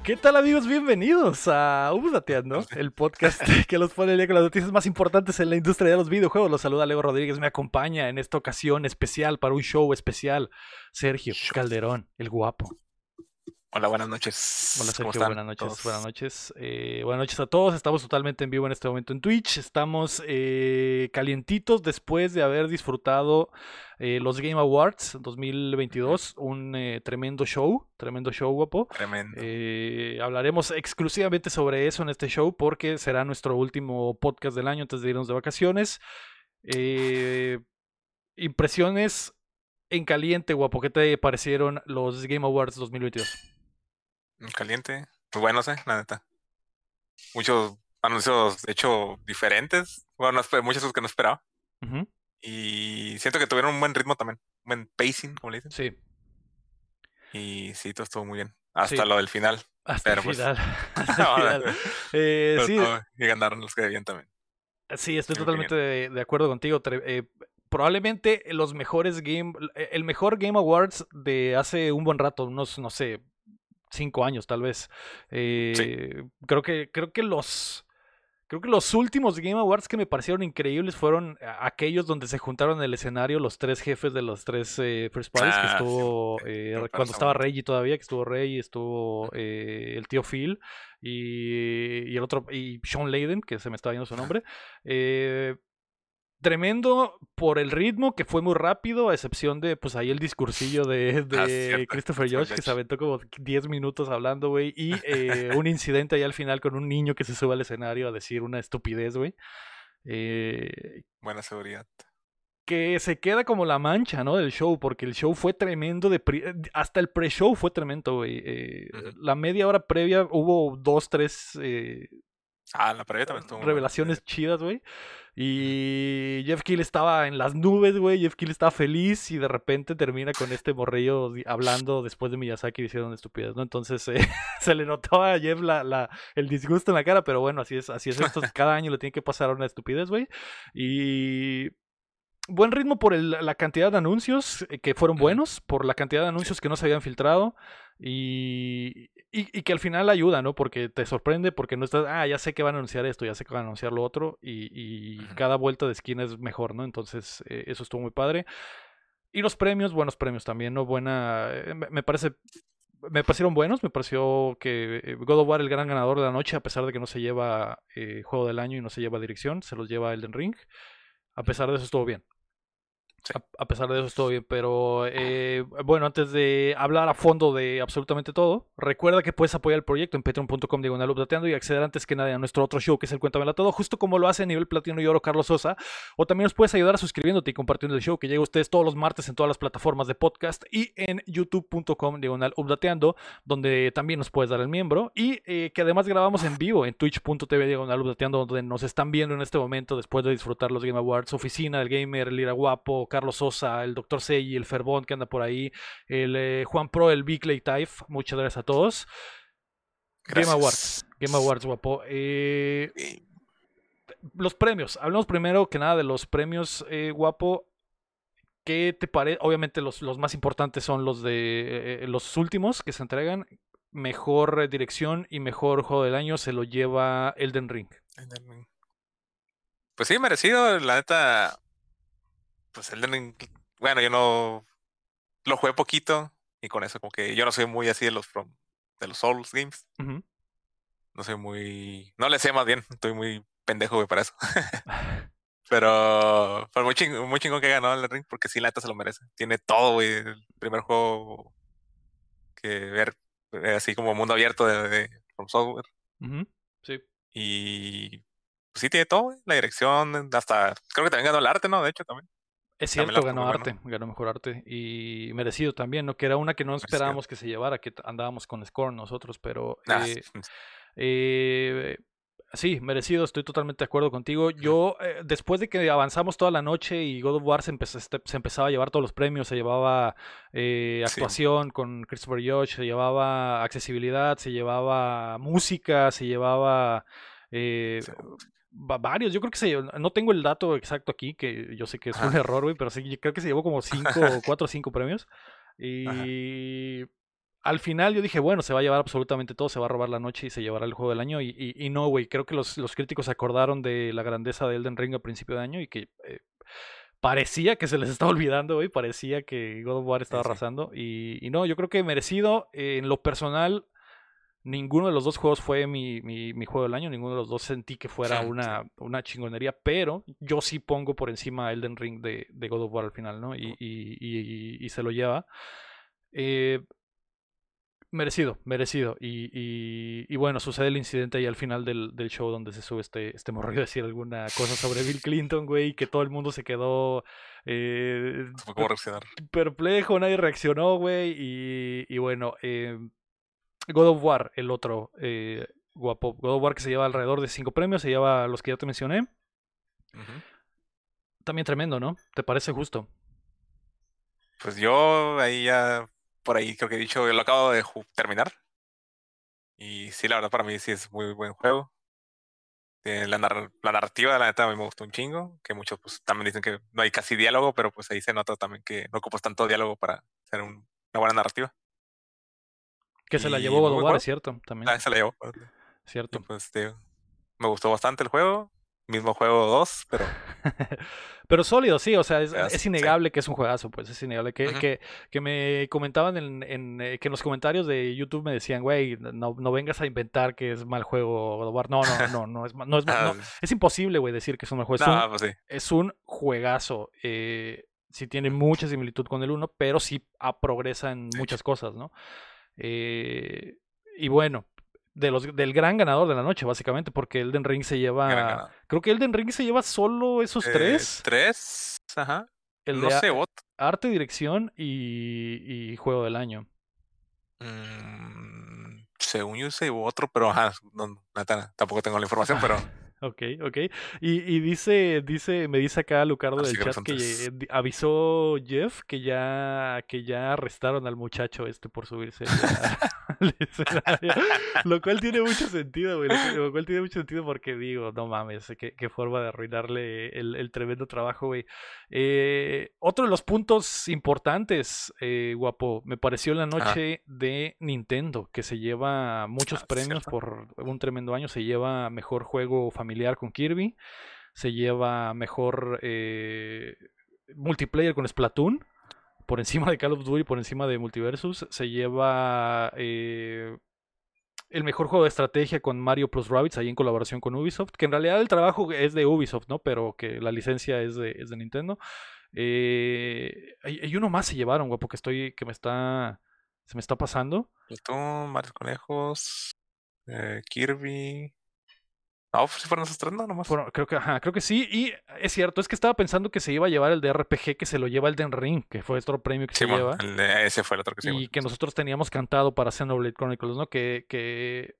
¿Qué tal, amigos? Bienvenidos a Updateando, el podcast que los pone al día con las noticias más importantes en la industria de los videojuegos. Los saluda Leo Rodríguez, me acompaña en esta ocasión especial para un show especial Sergio Calderón, el guapo. Hola, buenas Hola noches. ¿Cómo Sergio, están buenas noches, buenas todos? noches. Buenas noches a todos, estamos totalmente en vivo en este momento en Twitch, estamos calientitos después de haber disfrutado los Game Awards Ujú. 2022, un tremendo show guapo. Tremendo. Hablaremos exclusivamente sobre eso en este show porque será nuestro último podcast del año antes de irnos de vacaciones. Eh, Impresiones en caliente, guapo, ¿qué te parecieron los Game Awards 2022? Caliente. Muy buenos, la neta. Muchos anuncios, de hecho, diferentes. Bueno, muchos que no esperaba. Ujú. Y siento que tuvieron un buen ritmo también. Un buen pacing, como le dicen. Sí, Y sí, todo estuvo muy bien. sí, Hasta lo del final. hasta el Pero pues. final, hasta el final. Pero Sí, y ganaron los que debían también, sí, estoy en mi totalmente opinión. de acuerdo contigo. Probablemente los mejores el mejor Game Awards de hace un buen rato, unos, no sé, 5 años tal vez. Sí. Creo que los últimos Game Awards que me parecieron increíbles fueron aquellos donde se juntaron en el escenario los tres jefes de los tres First Parties, que Ah, sí. estuvo Me cuando parece estaba bonito. Reggie todavía, que estuvo Reggie, estuvo Ujú. el tío Phil y el otro, y Sean Layden, que se me estaba yendo su Ajá. nombre. Eh, Tremendo por el ritmo, que fue muy rápido, a excepción de, pues ahí el discursillo de, Ah, sí, de cierto. Christopher Christopher Judge, que se Judge. aventó como 10 minutos hablando, güey, y un incidente ahí al final con un niño que se sube al escenario a decir una estupidez, güey. Buena seguridad. Que se queda como la mancha, ¿no? Del show, porque el show fue tremendo, hasta el pre-show fue tremendo, güey. Ujú. La media hora previa hubo dos, tres Ah, la previa también estuvo muy buena. Sí, revelaciones chidas, güey. ujú. Y Jeff Kill estaba en las nubes, güey. Jeff Kill estaba feliz y de repente termina con este morrillo hablando después de Miyazaki diciendo una estupidez, ¿no? Entonces se le notó a Jeff el disgusto en la cara, pero bueno, así es esto. Cada año le tiene que pasar una estupidez, güey. Y buen ritmo por la cantidad de anuncios que fueron Ujú. buenos, por la cantidad de Sí. anuncios que no se habían filtrado y que al final ayuda, ¿no? Porque te sorprende, porque no estás, ya sé que van a anunciar esto, ya sé que van a anunciar lo otro y Ujú. cada vuelta de esquina es mejor, ¿no? Entonces eso estuvo muy padre. Y los premios, buenos premios también, ¿no? Me parecieron buenos, me pareció que God of War, el gran ganador de la noche, a pesar de que no se lleva juego del año y no se lleva dirección, se los lleva Elden Ring. A Ujú. pesar de eso estuvo bien. Sí. A pesar de eso, estuvo bien, pero bueno, antes de hablar a fondo de absolutamente todo, recuerda que puedes apoyar el proyecto en patreon.com/updateando y acceder antes que nadie a nuestro otro show que es el Cuéntamela Todo, justo como lo hace a nivel platino y oro Carlos Sosa, o también nos puedes ayudar suscribiéndote y compartiendo el show que llega a ustedes todos los martes en todas las plataformas de podcast y en youtube.com/updateando, donde también nos puedes dar el miembro y que además grabamos en vivo en twitch.tv/updateando, donde nos están viendo en este momento después de disfrutar los Game Awards, Oficina, el Gamer, el Lira Guapo, Carlos Sosa, el Dr. Seiji, el Ferbón que anda por ahí, el Juan Pro, el Big Lake Taif. Muchas gracias a todos. Gracias. Game Awards, guapo. Y, Los premios. Hablemos primero que nada de los premios, guapo. ¿Qué te parece? Obviamente los más importantes son los de los últimos que se entregan. Mejor dirección y mejor juego del año se lo lleva Elden Ring. pues sí, merecido, la neta. Pues bueno, yo no lo jugué poquito y con eso como que yo no soy muy así de los Souls games. Ujú. No soy no le sé más bien, estoy muy pendejo, güey, para eso. Pero muy chingón que ganó el Ring porque sí, la neta se lo merece. Tiene todo, güey, el primer juego que ver así como mundo abierto de From Software. Ujú. Sí. Y pues sí, tiene todo, güey. La dirección, hasta creo que también ganó el arte, ¿no? De hecho, también. Es También el cierto, arte muy bueno. ganó mejor arte y merecido también, ¿no? Que era una que no Merecido. esperábamos que se llevara, que andábamos con Scorn nosotros, pero Ah, eh, sí, merecido, estoy totalmente de acuerdo contigo. ujú. Yo, después de que avanzamos toda la noche y God of War se empezaba a llevar todos los premios, se llevaba Sí, actuación con Christopher Judge, se llevaba accesibilidad, se llevaba música, se llevaba eh, sí. varios. Yo creo que no tengo el dato exacto aquí, que yo sé que es un Ajá, error, güey, pero sí, yo creo que se llevó como 5, 4 o 5 premios. ajá. Y al final yo dije, bueno, se va a llevar absolutamente todo, se va a robar la noche y se llevará el juego del año. Y no, güey, creo que los críticos se acordaron de la grandeza de Elden Ring a principio de año y que parecía que se les estaba olvidando, güey, parecía que God of War estaba Sí, sí. arrasando. Y no, yo creo que merecido. En lo personal, ninguno de los dos juegos fue mi juego del año, ninguno de los dos sentí que fuera Sí. una chingonería, pero yo sí pongo por encima Elden Ring de God of War al final, ¿no? Y se lo lleva. Eh, Merecido, merecido. Y bueno, sucede el incidente ahí al final del show donde se sube este morrillo a decir alguna cosa sobre Bill Clinton, güey, y que todo el mundo se quedó eh, No supe cómo reaccionar. perplejo, nadie reaccionó, güey. Y bueno, God of War, el otro guapo. God of War que se lleva alrededor de 5 premios, se lleva los que ya te mencioné. Ujú. También tremendo, ¿no? ¿Te parece justo? Pues yo ahí ya, por ahí creo que he dicho, lo acabo de terminar. Y sí, la verdad para mí sí es muy buen juego. La narrativa, la neta, a mí me gustó un chingo. Que muchos pues también dicen que no hay casi diálogo, pero pues ahí se nota también que no ocupas tanto diálogo para hacer una buena narrativa. Que se la Y llevó God muy of buen War, es juego. cierto, también. Ah, se la llevó. Y Cierto. pues me gustó bastante el juego. Mismo juego 2 pero Pero sólido, sí, o sea, es pedazo, sí. innegable que es un juegazo, pues es innegable. Ujú. Que me comentaban que en los comentarios de YouTube me decían, güey, no vengas a inventar que es mal juego God of War. No, no, no, no es, no es, Ah, no, es imposible, güey, decir que es un mal juego. no, pues sí. Es un juegazo. Sí tiene mucha similitud con el uno, pero sí progresa en De hecho, muchas cosas, ¿no? Eh, y bueno, del gran ganador de la noche, básicamente, porque Elden Ring se gran lleva. ganador. Creo que Elden Ring se lleva solo esos tres. Tres, ajá. El No de sé, bot. arte, dirección y juego del año. Según yo sé otro, pero ajá, no, neta, tampoco tengo la información, pero Ok, ok. Y me dice acá Lucardo así del que chat son que tres. avisó Jeff que ya arrestaron al muchacho este por subirse ahí al escenario. Lo cual tiene mucho sentido, güey. Lo cual tiene mucho sentido porque digo, no mames, qué forma de arruinarle el tremendo trabajo, güey. Otro de los puntos importantes, guapo, me pareció la Ajá, noche de Nintendo, que se lleva muchos sí, premios cierto. por un tremendo año. Se lleva mejor juego familiar con Kirby, se lleva mejor multiplayer con Splatoon, por encima de Call of Duty, por encima de Multiversus. Se lleva el mejor juego de estrategia con Mario Plus Rabbids, ahí en colaboración con Ubisoft, que en realidad el trabajo es de Ubisoft, ¿no? Pero que la licencia es de Nintendo. Hay uno más se llevaron, guapo, se me está pasando. Platoon, Mario Conejos, Kirby. No, pues si fueron esos tres, no, nomás. Creo que, ajá, creo que sí. Y es cierto, es que estaba pensando que se iba a llevar el de RPG, que se lo lleva el Den Ring, que fue otro premio que se Simón, lleva. ese fue el otro que se Y que mencionó. nosotros teníamos cantado para Xenoblade Chronicles, ¿no? Que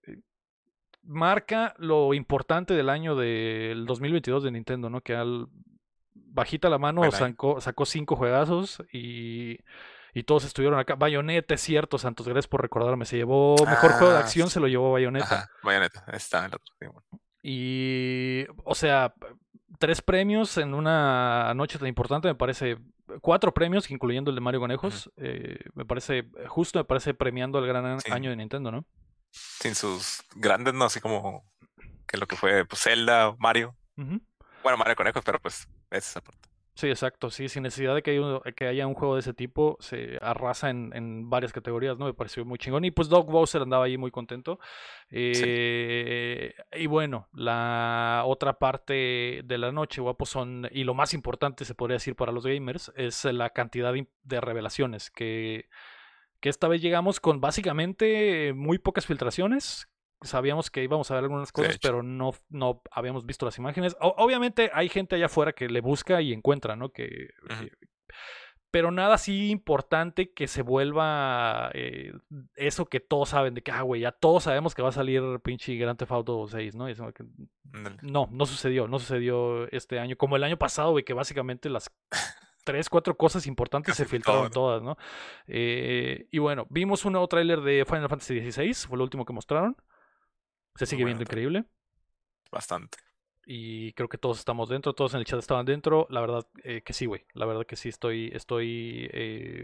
marca lo importante del año del 2022 de Nintendo, ¿no? Que bajita la mano Buen año. sacó 5 juegazos y todos estuvieron acá. Bayonetta, es cierto, Santos, gracias por recordarme. Se llevó mejor juego de Ah, acción, se lo llevó Bayonetta. ajá, Bayonetta, está el otro. Simón. Y, o sea, 3 premios en una noche tan importante, me parece. 4 premios, incluyendo el de Mario Ujú. Conejos. Me parece justo, me parece premiando el gran año Sin, de Nintendo, ¿no? sin sus grandes, no, así como que lo que fue pues, Zelda o Mario. Ujú. Bueno, Mario Conejos, pero pues es esa parte. Sí, exacto, sí, sin necesidad de que haya un juego de ese tipo, se arrasa en varias categorías, ¿no? Me pareció muy chingón. Y pues Doug Bowser andaba ahí muy contento. Sí, Y bueno, la otra parte de la noche, guapo, y lo más importante se podría decir para los gamers, es la cantidad de revelaciones que esta vez llegamos con básicamente muy pocas filtraciones. Sabíamos que íbamos a ver algunas de cosas, hecho. pero no habíamos visto las imágenes. Obviamente hay gente allá afuera que le busca y encuentra, ¿no? Ujú. Pero nada así importante que se vuelva eso que todos saben, de que, güey, ya todos sabemos que va a salir pinche Grand Theft Auto 6, ¿no? Ándale. No sucedió este año, como el año pasado, güey, que básicamente las 3, 4 cosas importantes se Casi todo, filtraron ¿no? todas, ¿no? Y bueno, vimos un nuevo tráiler de Final Fantasy XVI, fue lo último que mostraron. Se Muy sigue bueno, viendo increíble. bastante. Y creo que todos estamos dentro, todos en el chat estaban dentro. La verdad que sí, güey. La verdad que sí, estoy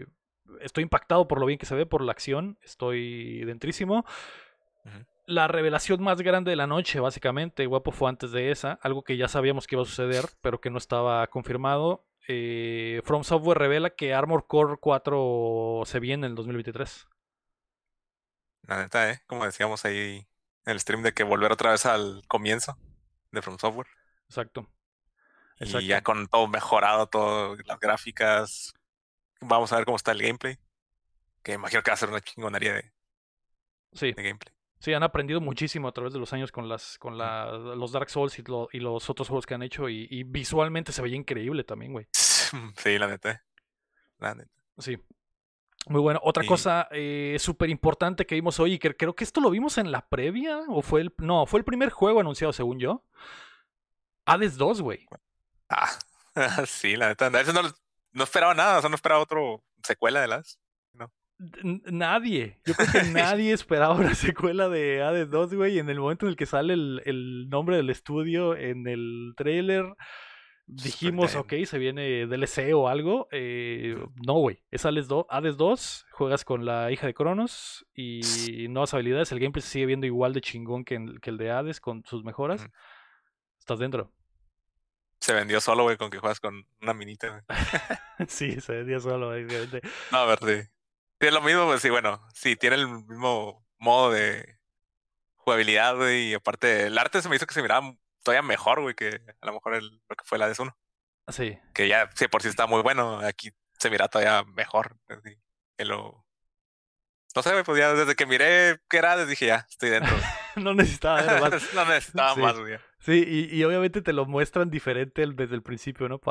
estoy impactado por lo bien que se ve, por la acción, estoy dentrísimo. Ujú. La revelación más grande de la noche, básicamente, guapo, fue antes de esa, algo que ya sabíamos que iba a suceder, pero que no estaba confirmado. From Software revela que Armored Core 4 se viene en el 2023. La neta, como decíamos ahí en el stream, de que volver otra vez al comienzo de From Software. Exacto, Y ya exacto. con todo mejorado, todo, las gráficas. Vamos a ver cómo está el gameplay. Que imagino que va a ser una chingonería Sí, de gameplay. sí, han aprendido muchísimo a través de los años con Mm. los Dark Souls y los otros juegos que han hecho y visualmente se veía increíble también, güey. Sí, la neta. La neta. Sí, muy bueno. Otra Y cosa súper importante que vimos hoy y que creo que esto lo vimos en la previa o fue el... No, fue el primer juego anunciado según yo. Hades 2, güey. ah, sí, la neta. A veces no esperaba nada, o sea, no esperaba otro secuela de las. No. Nadie, yo creo que nadie esperaba una secuela de Hades 2, güey. En el momento en el que sale el nombre del estudio en el trailer, Pues dijimos, ok, se viene DLC o algo. ujú. No, güey, es Hades 2, juegas con la hija de Cronos y nuevas habilidades. El gameplay se sigue viendo igual de chingón que el de Hades con sus Ujú. mejoras. Estás dentro. Se vendió solo, güey, con que juegas con una minita, güey. Sí, se vendía solo, básicamente. No, a ver, sí. Sí, es lo mismo, pues sí, bueno, sí, tiene el mismo modo de jugabilidad, güey, y aparte el arte se me hizo que se miraba todavía mejor, güey, que a lo mejor lo que fue la DS1, Sí. que ya sí, por sí está muy bueno, aquí se mira todavía mejor, así, que no sé, güey, pues ya desde que miré qué era, les dije ya, estoy dentro, güey. No necesitaba ver más. No necesitaba Sí. más, güey. Sí, y obviamente te lo muestran diferente desde el principio, ¿no?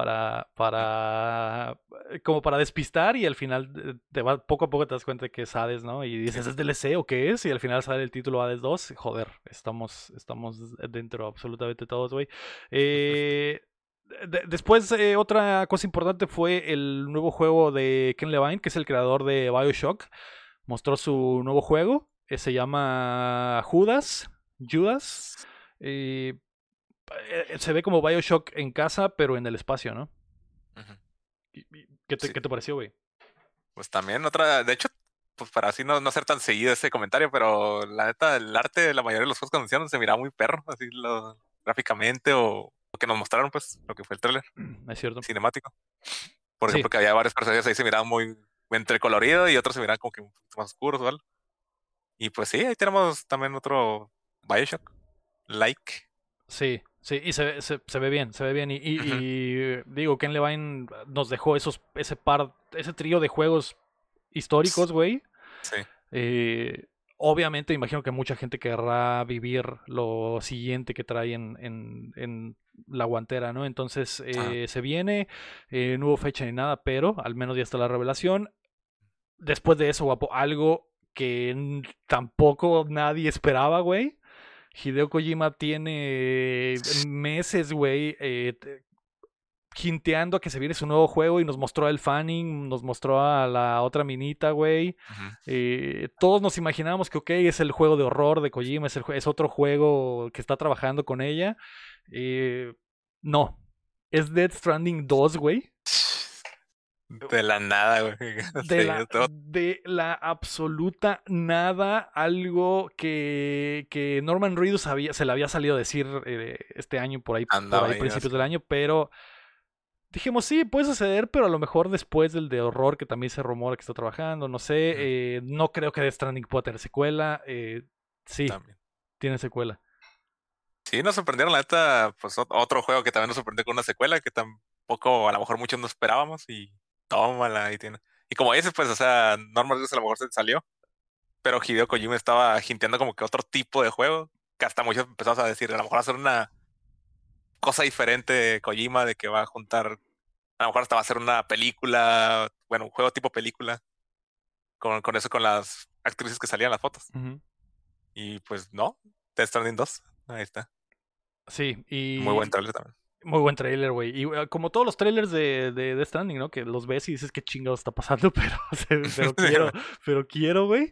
Como para despistar y al final poco a poco te das cuenta que es Hades, ¿no? Y Sí. dices, ¿es DLC o qué es? Y al final sale el título Hades 2. Joder, estamos dentro absolutamente todos, güey. Eh, Después, otra cosa importante fue el nuevo juego de Ken Levine, que es el creador de BioShock. Mostró su nuevo juego, se llama Judas. Eh, Se ve como Bioshock en casa, pero en el espacio, ¿no? Ujú. ¿Qué Sí, te pareció, güey? pues también otra, de hecho, pues para así no ser tan seguido ese comentario, pero la neta, el arte de la mayoría de los juegos que anunciaron se miraba muy perro, así gráficamente o lo que nos mostraron, pues, lo que fue el tráiler Es cierto. cinemático. Por Sí, ejemplo, que había varios personajes ahí se miraban muy entre colorido y otros se miraban como que un poquito más oscuros o algo. Y pues sí, ahí tenemos también otro Bioshock, like. sí, sí, y se ve bien, se ve bien. Ujú. Digo, Ken Levine nos dejó ese trío de juegos históricos, güey. Sí. Eh, Obviamente, imagino que mucha gente querrá vivir lo siguiente que trae en la guantera, ¿no? Entonces, Ajá. se viene, no hubo fecha ni nada, pero al menos ya está la revelación. Después de eso, guapo, algo que tampoco nadie esperaba, güey. Hideo Kojima tiene meses, güey, hinteando a que se viene su nuevo juego y nos mostró el Fanning, nos mostró a la otra minita, güey. Ujú. Todos nos imaginábamos que, ok, es el juego de horror de Kojima, es otro juego que está trabajando con ella. Eh, no, es Death Stranding 2, güey. De la nada, güey. Sí, De la absoluta nada, algo que Norman Reedus se le había salido a decir este año, por andaba ahí ahí principios así. del año, pero dijimos, sí, puede suceder, pero a lo mejor después del de horror que también se rumora que está trabajando, no sé, Ujú. no creo que Death Stranding pueda tener secuela, sí, También. tiene secuela. Sí, nos sorprendieron, la neta, pues otro juego que también nos sorprendió con una secuela que tampoco, a lo mejor muchos no esperábamos y tómala, ahí tiene. Y como dices, pues, o sea, Norman Reedus a lo mejor se salió, pero Hideo Kojima estaba hinteando como que otro tipo de juego, que hasta muchos empezamos a decir, a lo mejor hacer una cosa diferente Kojima, de que va a juntar, a lo mejor hasta va a hacer una película, bueno, un juego tipo película, con eso, con las actrices que salían en las fotos. Ujú. Y pues no, Death Stranding 2, ahí está. Sí, Muy buen y trailer también. muy buen trailer, güey. Y como todos los trailers de Death Stranding, ¿no? Que los ves y dices qué chingados está pasando, pero quiero, güey.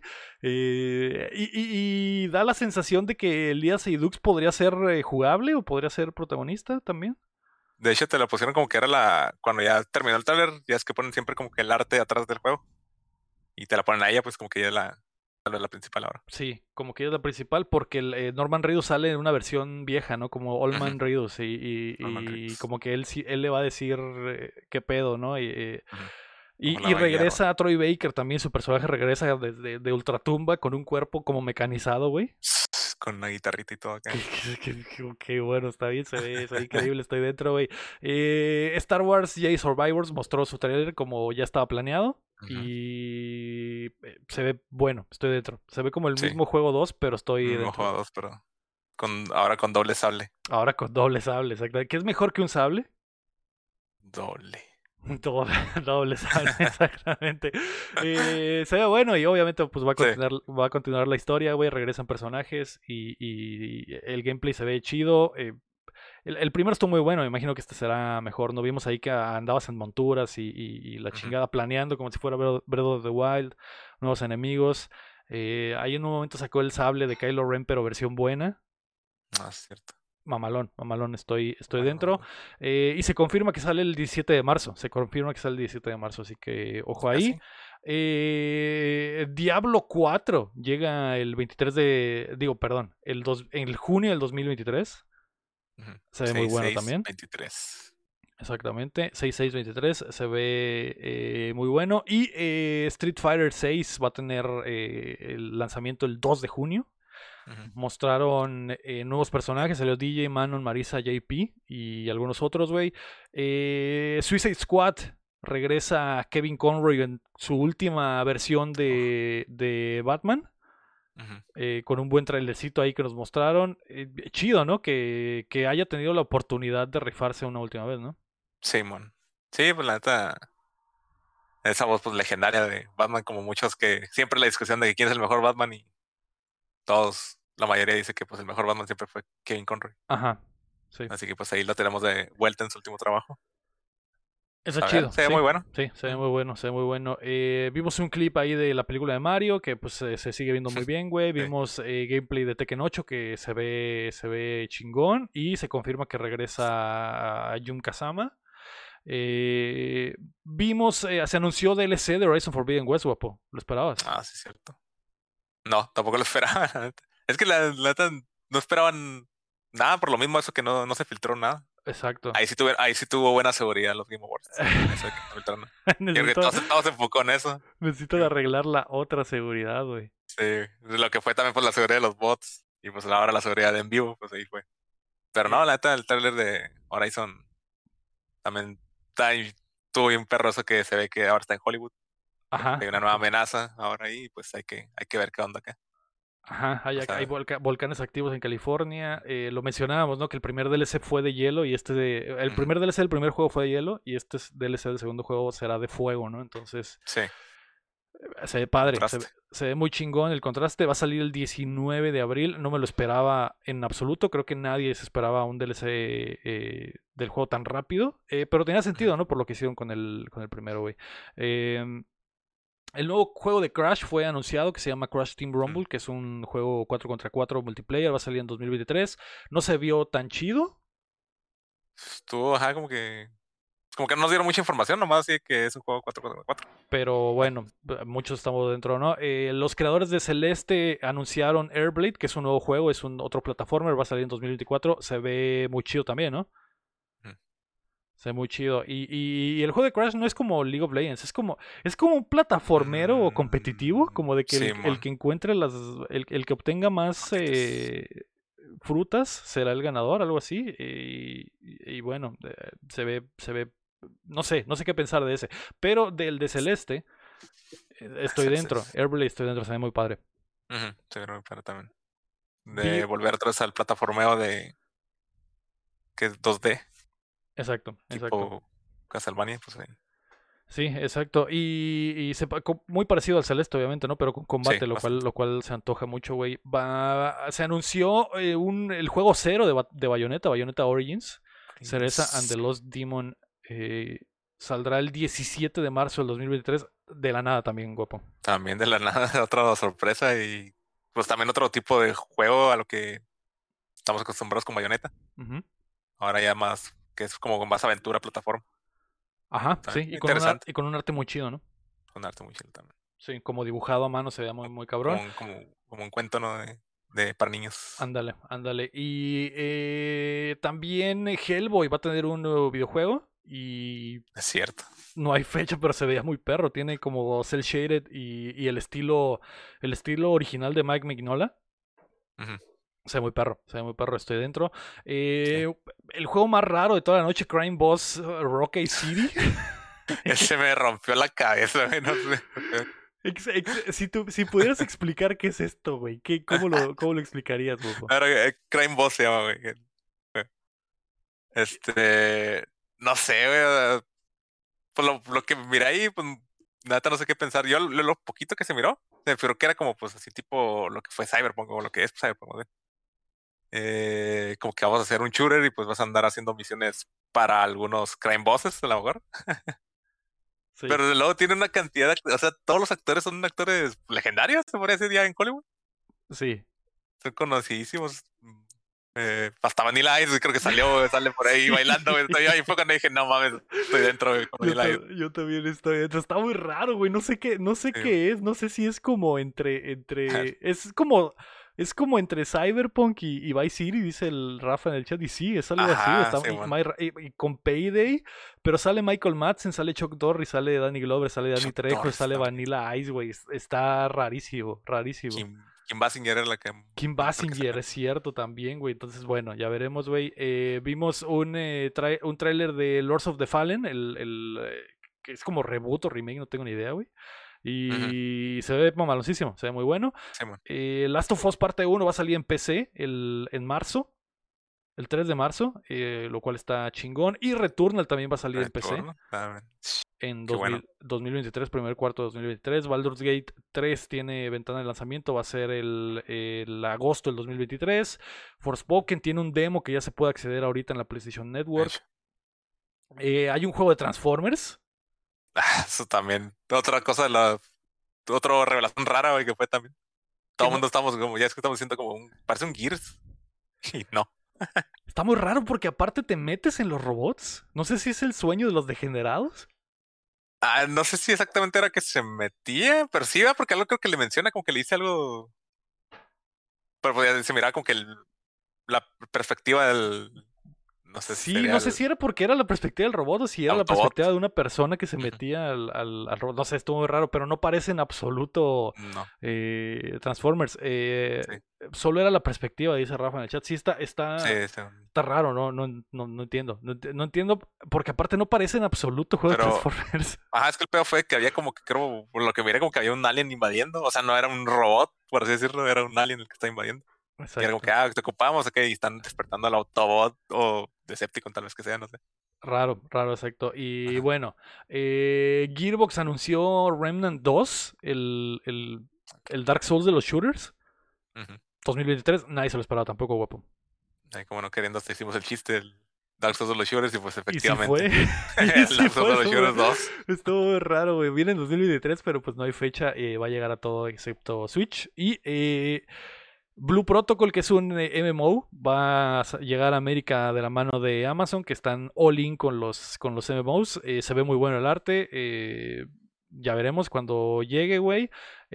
Y da la sensación de que Elías Seydoux podría ser jugable o podría ser protagonista también. De hecho, te lo pusieron como que era cuando ya terminó el tráiler, ya es que ponen siempre como que el arte atrás del juego. y te la ponen a ella, pues como que ella es tal vez la principal ahora. Sí, como que ella es la principal porque Norman Reedus sale en una versión vieja, ¿no? Como Ujú, Allman Reedus Norman y Reedus. como que él le va a decir qué pedo, ¿no? Ujú. Cómo la Y va a guiar, regresa a Troy Baker también, su personaje regresa de Ultratumba con un cuerpo como mecanizado, güey. con una guitarrita y todo Qué, acá. qué bueno, está bien, se ve increíble, estoy dentro, güey. Star Wars Jedi Survivors mostró su trailer como ya estaba planeado Ujú. y se ve bueno, estoy dentro. Se ve como el Sí, mismo juego 2 pero estoy mismo dentro. juego 2, pero ahora con doble sable. Ahora con doble sable, exactamente. ¿Qué es mejor que un sable? Doble. Doble, doble sable, exactamente. Se ve bueno y obviamente pues Sí. va a continuar la historia, güey. Regresan personajes y el gameplay se ve chido. El primero estuvo muy bueno, me imagino que este será mejor. No vimos ahí que andabas en monturas y la Ujú. chingada planeando como si fuera Breath of the Wild, nuevos enemigos. Ahí en un momento sacó el sable de Kylo Ren, pero versión buena. No, es cierto. Mamalón, mamalón, estoy Vale, dentro. vale. Y se confirma que sale el 17 de marzo. Se confirma que sale el 17 de marzo, así que ojo ¿Ah, ahí. sí? Diablo 4 llega el 23 de. Digo, perdón, en junio del 2023. Ujú. Se ve muy seis bueno seis también. 23. Exactamente, 6623 se ve muy bueno. Y Street Fighter 6 va a tener el lanzamiento el 2 de junio. Ujú. Mostraron nuevos personajes, salió DJ, Manon, Marisa, JP y algunos otros, güey. Suicide Squad regresa Kevin Conroy en su última versión Uf. de Batman. Ujú. Con un buen trailercito ahí que nos mostraron. Chido, ¿no? Que haya tenido la oportunidad de rifarse una última vez, ¿no? Simón. Sí, pues la neta, esa voz pues legendaria de Batman, como muchos que siempre la discusión de quién es el mejor Batman y todos, la mayoría dice que pues el mejor Batman siempre fue Kevin Conroy. Ajá, sí. Así que pues ahí lo tenemos de vuelta en su último trabajo. Pues Está a ver, chido, se ve sí. muy bueno. Sí, se ve Ujú. muy bueno, se ve muy bueno. Vimos un clip ahí de la película de Mario que pues se sigue viendo muy bien, güey. Sí. Vimos gameplay de Tekken 8 que se ve chingón y se confirma que regresa a Jun Kazama. Se anunció DLC de Horizon Forbidden West, guapo. ¿Lo esperabas? Ah, sí, es cierto. No, tampoco lo esperaba, la neta. Es que la neta no esperaban nada, por lo mismo eso que no se filtró nada. Exacto. Ahí sí tuvo buena seguridad los Game Awards, en eso de que no filtraron nada. Yo creo que necesito, todo se enfocó en eso. necesito de Digo, arreglar la otra seguridad, güey. sí, lo que fue también por la seguridad de los bots y pues ahora la seguridad de en vivo, pues ahí fue. Pero no, Eh, la neta, el trailer de Horizon también estuvo bien perro eso que se ve que ahora está en Hollywood. ajá, Hay una nueva amenaza ahora ahí, pues hay que ver qué onda acá. ajá, hay, O hay sea, volcanes activos en California. Lo mencionábamos, ¿no? Que el primer DLC fue de hielo y el ujú, primer DLC del primer juego fue de hielo y DLC del segundo juego será de fuego, ¿no? Entonces, sí, se ve padre, contraste. se ve muy chingón el contraste. Va a salir el 19 de abril, no me lo esperaba en absoluto. Creo que nadie se esperaba un DLC del juego tan rápido, pero tenía Ujú, sentido, ¿no? Por lo que hicieron con el primero, güey. Em, El nuevo juego de Crash fue anunciado que se llama Crash Team ujú. Rumble, que es un juego 4 contra 4 multiplayer, va a salir en 2023. No se vio tan chido, Estuvo, ajá, como que no nos dieron mucha información, nomás así que es un juego 4 4 4. pero bueno, muchos estamos dentro, ¿no? Los creadores de Celeste anunciaron Airblade, que es un nuevo juego, es un otro plataformer, va a salir en 2024. Se ve muy chido también, ¿no? Se ve muy chido. Y el juego de Crash no es como League of Legends, es como un plataformero o competitivo, como de que el Simón, que encuentre el que obtenga más poquitas. frutas será el ganador, algo así. Y bueno, se ve, no sé qué pensar de ese. Pero del de Celeste, estoy dentro. Airblade estoy dentro, se ve muy padre. Ujú, sí, creo que para también. Vi, De volver otra vez al plataformeo que es 2D, exacto, exacto. tipo Castlevania, pues ahí. Sí, exacto. Y muy parecido al Celeste, obviamente, ¿no? Pero con Sí, combate, lo cual, bastante. lo cual se antoja mucho, güey. Se anunció el juego cero de Bayonetta, Bayonetta Origins. Cereza and the Prince. Lost Demon. eh, Saldrá el 17 de marzo del 2023. De la nada también, guapo. También de la nada, otra sorpresa y pues también otro tipo de juego a lo que estamos acostumbrados con Bayonetta. Ujú. Ahora ya más, que es como más aventura, plataforma. Ajá, sí. También Y muy con un, interesante. y con un arte muy chido, ¿no? Con arte muy chido también. Sí, como dibujado a mano se veía muy, muy cabrón. Como un cuento, ¿no? Para niños. Ándale, ándale. Y también Hellboy va a tener un nuevo videojuego y Es cierto. no hay fecha, pero se veía muy perro. Tiene como cel shaded y el estilo original de Mike Mignola. Ujú, Se ve muy perro, se ve muy perro, estoy dentro. sí. El juego más raro de toda la noche, Crime Boss Rocky City. Ese me rompió la cabeza, güey, no sé. Si pudieras explicar qué es esto, güey, cómo lo explicarías, Bofo? Ahora, Crime Boss se llama, güey. Este, no sé, güey. Pues lo que miré ahí, pues neta no sé qué pensar. Yo lo poquito que se miró, se figuró que era como pues así tipo lo que fue Cyberpunk o lo que es Cyberpunk, güey. Como que vamos a hacer un shooter y pues vas a andar haciendo misiones para algunos crime bosses, a lo mejor. Sí, Pero luego tiene una cantidad o sea, todos los actores son actores legendarios, se podría decir ya en Hollywood. sí. Son conocidísimos. Hasta Vanilla Ice, creo que sale por ahí Sí. bailando, güey. Ahí fue cuando dije, no mames, estoy dentro, güey, con Vanilla Ice. Yo también estoy dentro. Está muy raro, güey. No sé Sí, qué es. No sé si es como es como entre Cyberpunk y Vice City, dice el Rafa en el chat. Y sí, es algo así. ajá, sí, bueno. Y con Payday, pero sale Michael Madsen, sale Chuck Norris, sale Danny Glover, sale Danny Chuck Trejo, Norris sale también. Vanilla Ice, güey. Está rarísimo, rarísimo. Kim Basinger era la que Kim creo que Basinger, salió. es cierto también, güey. Entonces, bueno, ya veremos, güey. Vimos un tráiler de Lords of the Fallen, que es como reboot o remake, no tengo ni idea, güey. Ujú, Y se ve mamaloncísimo, se ve muy bueno. sí, bueno. Last of Us parte 1 va a salir en PC en marzo, el 3 de marzo, lo cual está chingón. Y Returnal también va a salir en PC Retorno. También. en Qué bueno. 2023, primer cuarto de 2023. Baldur's Gate 3 tiene ventana de lanzamiento, va a ser el agosto del 2023. Forspoken tiene un demo que ya se puede acceder ahorita en la PlayStation De Network. hecho. Hay un juego de Transformers. Eso también. Otra cosa de otra revelación rara, güey, que fue también. Que Todo el no, mundo estamos como, ya es que estamos diciendo como parece un Gears. Y no. está muy raro porque aparte te metes en los robots. No sé si es el sueño de los degenerados. No sé si exactamente era que se metía, pero sí iba porque algo creo que le menciona, como que le dice algo. Pero pues, ya se miraba como que la perspectiva del. No sé si Sí, sería no sé el si era porque era la perspectiva del robot o si era la Autobot. perspectiva de una persona que se Ujú, metía al robot. No sé, estuvo muy raro, pero no parece en absoluto no, Transformers. sí. Solo era la perspectiva, dice Rafa en el chat. Sí, Sí, sí. está raro, no entiendo. No entiendo, porque aparte no parece en absoluto juego de Pero, Transformers. ajá, es que el peor fue que había como que creo, por lo que miré, como que había un alien invadiendo. O sea, no era un robot, por así decirlo, era un alien el que está invadiendo. Y era como que, Exacto. te ocupamos, ok, y están despertando al Autobot o Decepticon, tal vez que sea, no sé. Raro, raro, exacto. Y Ajá. bueno, Gearbox anunció Remnant 2, el Dark Souls de los shooters. Ujú. 2023, nadie se lo esperaba tampoco, guapo. Ahí como no queriendo, hasta hicimos el chiste del Dark Souls de los shooters y pues Y sí fue, efectivamente, y el sí Dark Souls fue, de los shooters 2. estuvo muy raro, güey. Viene en 2023, pero pues no hay fecha, va a llegar a todo excepto Switch. Y Blue Protocol, que es un MMO, va a llegar a América de la mano de Amazon, que están all in con los MMOs. Se ve muy bueno el arte. Ya veremos cuando llegue, güey.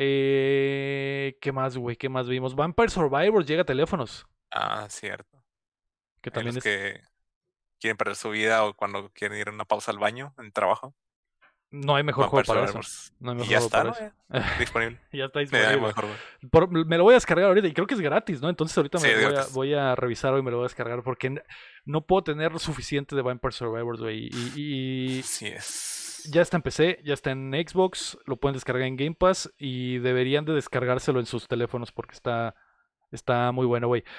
¿Qué más, güey? ¿Qué más vimos? Vampire Survivors llega a teléfonos, Cierto. que Hay también los es. que quieren perder su vida o cuando quieren ir a una pausa al baño en trabajo, No hay mejor juego Vampire para eso. Survivors. No hay Y mejor ya juego está, para ¿no? eso. Disponible. Ya está Hay disponible. mejor, güey. Me lo voy a descargar ahorita y creo que es gratis, ¿no? Entonces ahorita Sí, es gratis. voy a revisar y me lo voy a descargar porque no puedo tener lo suficiente de Vampire Survivors, güey. Y Sí es. ya está en PC, ya está en Xbox, lo pueden descargar en Game Pass y deberían de descargárselo en sus teléfonos porque está muy bueno, güey.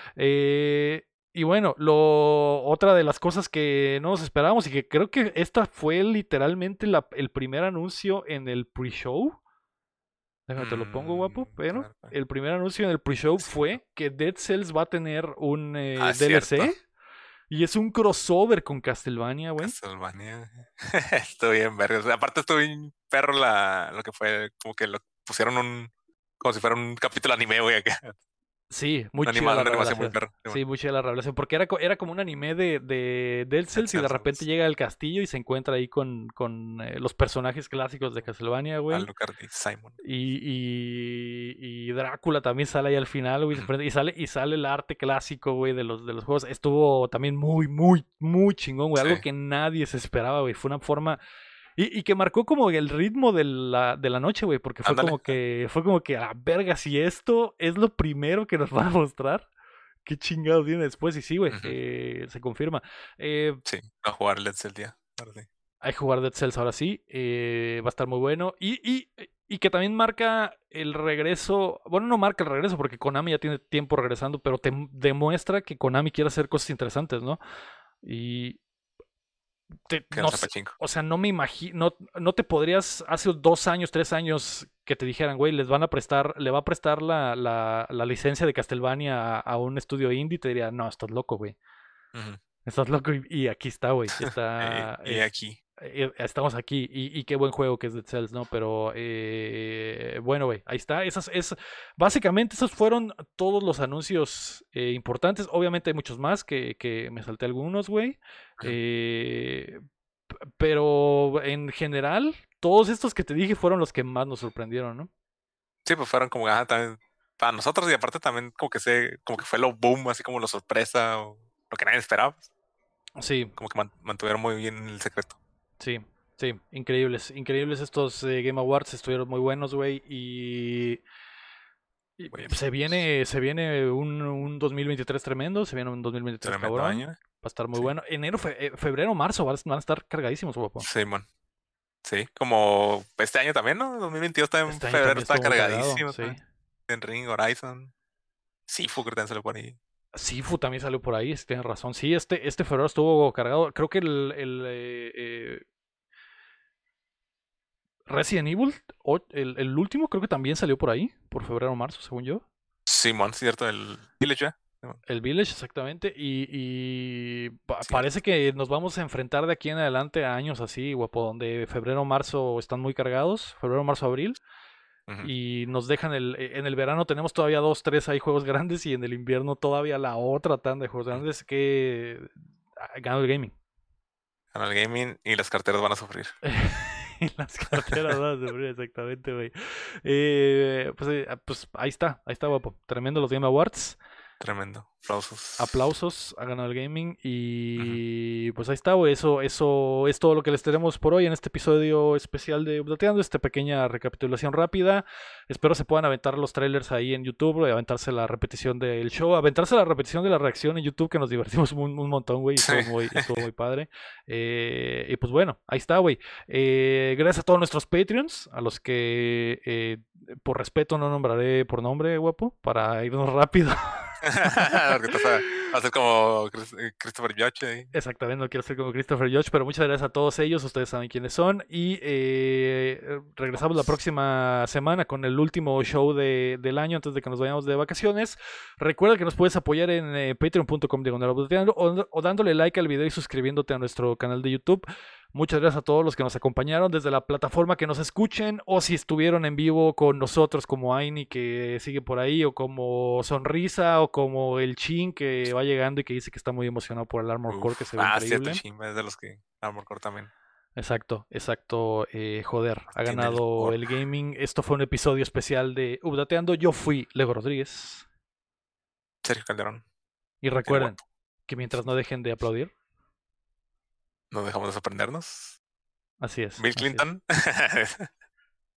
Y bueno, otra de las cosas que no nos esperábamos y que creo que esta fue literalmente el primer anuncio en el pre-show. Déjame te lo pongo, guapo, A pero ver, pues, el primer anuncio en el pre-show sí, fue que Dead Cells va a tener un es cierto. DLC y es un crossover con Castlevania, güey. Castlevania. Estoy bien, verga. O sea, aparte estuvo bien perro lo que fue, como que lo pusieron como si fuera un capítulo anime, güey, acá. Sí, muy chida la Una animación muy revelación. perra. Sí, muy chida la revelación. Porque era como un anime de Dead Dead Cells y de Cells, repente llega al castillo y se encuentra ahí con los personajes clásicos de Castlevania, güey. Alucard y Simon. Y Drácula también sale ahí al final, güey. Ujú. Y sale el arte clásico, güey, de los juegos. Estuvo también muy, muy, muy chingón, güey. Sí, Algo que nadie se esperaba, güey. Fue una forma. Y que marcó como el ritmo de la noche, güey. Porque fue ándale. como que. Fue como que, a verga, si esto es lo primero que nos van a mostrar. ¿Qué chingados viene después? Y sí, güey. Ujú. Se confirma. Eh, Sí, a jugar Dead Cells ya. Ahora sí. hay que jugar Dead Cells ahora sí. Va a estar muy bueno. Y que también marca el regreso. Bueno, no marca el regreso porque Konami ya tiene tiempo regresando, pero te demuestra que Konami quiere hacer cosas interesantes, ¿no? Y Que no no sepa sé, chingo. o sea, no me imagino, no te podrías hace 2 años, 3 años que te dijeran, güey, le va a prestar la licencia de Castlevania a un estudio indie, te diría, no, estás loco, güey. Ujú. Estás loco y aquí está, güey. Está, Y aquí. estamos aquí y qué buen juego que es Dead Cells, ¿no? Pero bueno, güey, ahí está. Básicamente esos fueron todos los anuncios importantes. Obviamente hay muchos más que me salté algunos, güey. Ujú. Pero en general, todos estos que te dije fueron los que más nos sorprendieron, ¿no? Sí, pues fueron como, ajá, también para nosotros y aparte también como que fue lo boom, así como lo sorpresa o lo que nadie esperaba, pues. Sí, Como que mantuvieron muy bien el secreto. sí, sí, increíbles, increíbles estos Game Awards, estuvieron muy buenos, güey, y Buenísimos. se viene un 2023 tremendo, se viene un 2023 Tremendo cabrón, año. va a estar muy Sí. bueno. Enero, febrero, marzo van a estar cargadísimos, guapo. Simón. Sí, como este año también, ¿no? 2022 también, en Este año febrero también está estuvo muy cargado, cargadísimo sí. también. En Ring, Horizon. Sifu creo que también salió por ahí. Sifu también salió por ahí, tienes razón. Sí, este febrero estuvo cargado. Creo que Resident Evil, el último, creo que también salió por ahí, por febrero o marzo, según yo. Simón, cierto, el Village, ¿ya? Simón, El Village, exactamente. Y parece cierto. que nos vamos a enfrentar de aquí en adelante a años así, guapo, donde febrero, marzo están muy cargados, febrero, marzo, abril. Ujú. Y nos dejan en el verano tenemos todavía 2, 3 hay juegos grandes y en el invierno todavía la otra tanda de juegos Ujú. grandes que gana el gaming. Gana el gaming y las carteras van a sufrir. En las carteras van a sufrir, exactamente, güey. Pues ahí está, guapo. Tremendo los Game Awards. Tremendo. Aplausos. Aplausos a Ganado el Gaming Ujú. y pues ahí está, güey. Eso es todo lo que les tenemos por hoy en este episodio especial de Updateando, esta pequeña recapitulación rápida. Espero se puedan aventar los trailers ahí en YouTube, güey, aventarse la repetición del show, aventarse la repetición de la reacción en YouTube que nos divertimos un montón, güey. Sí. Estuvo muy padre. Y pues bueno, ahí está, güey. Gracias a todos nuestros Patreons, a los que por respeto no nombraré por nombre, guapo, para irnos rápido. Porque te vas a hacer como Christopher Judge ahí. Exactamente, no quiero ser como Christopher Judge, pero muchas gracias a todos ellos, ustedes saben quiénes son. Y regresamos la Vamos. próxima semana con el último show del año antes de que nos vayamos de vacaciones. Recuerda que nos puedes apoyar en patreon.com o dándole like al video y suscribiéndote a nuestro canal de YouTube. Muchas gracias a todos los que nos acompañaron desde la plataforma que nos escuchen o si estuvieron en vivo con nosotros como Aini que sigue por ahí o como Sonrisa o como el Chin que va llegando y que dice que está muy emocionado por el Armor Core que Uf. se ve Ah, cierto, el increíble. Shinba es de los que Armor Core también. Exacto, exacto. Joder, ha Tiene el ganado core. el gaming. Esto fue un episodio especial de Updateando. Yo fui Lego Rodríguez. Sergio Calderón. Y El recuerden guapo. que mientras no dejen de aplaudir, No dejamos de sorprendernos. así es, Bill así es. Clinton.